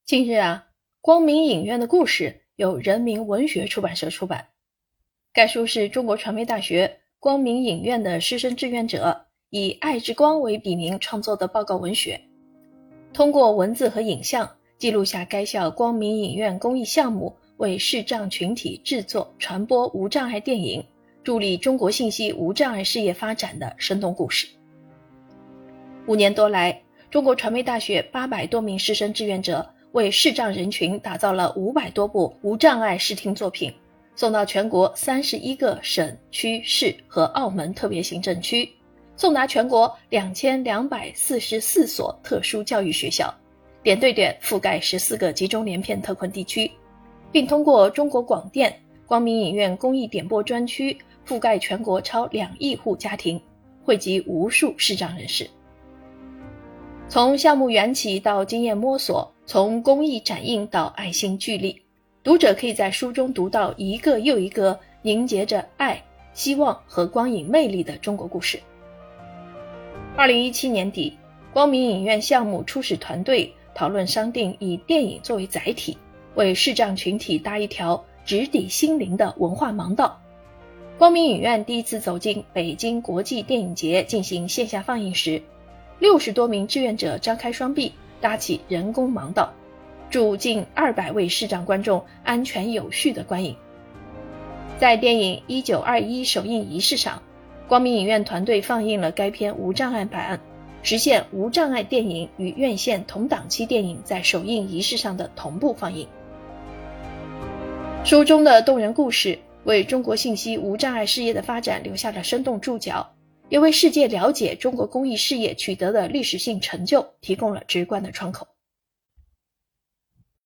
近日光明影院的故事由人民文学出版社出版。该书是中国传媒大学光明影院的师生志愿者以爱之光为笔名创作的报告文学，通过文字和影像记录下该校光明影院公益项目为视障群体制作传播无障碍电影，助力中国信息无障碍事业发展的生动故事。5年多来，中国传媒大学800多名师生志愿者为视障人群打造了500多部无障碍视听作品，送到全国31个省区市和澳门特别行政区，送达全国2244所特殊教育学校，点对点覆盖14个集中连片特困地区，并通过中国广电、光明影院公益点播专区覆盖全国超2亿户家庭，惠及无数视障人士。从项目缘起到经验摸索，从公益展映到爱心聚力，读者可以在书中读到一个又一个凝结着爱、希望和光影魅力的中国故事。2017年底，光明影院项目初始团队讨论商定以电影作为载体，为视障群体搭一条直抵心灵的文化盲道。光明影院第一次走进北京国际电影节进行线下放映时，60多名志愿者张开双臂搭起人工盲道，助近200位视障观众安全有序的观影。在电影1921首映仪式上，光明影院团队放映了该片无障碍版，实现无障碍电影与院线同档期电影在首映仪式上的同步放映。书中的动人故事为中国信息无障碍事业的发展留下了生动注脚，也为世界了解中国公益事业取得的历史性成就提供了直观的窗口。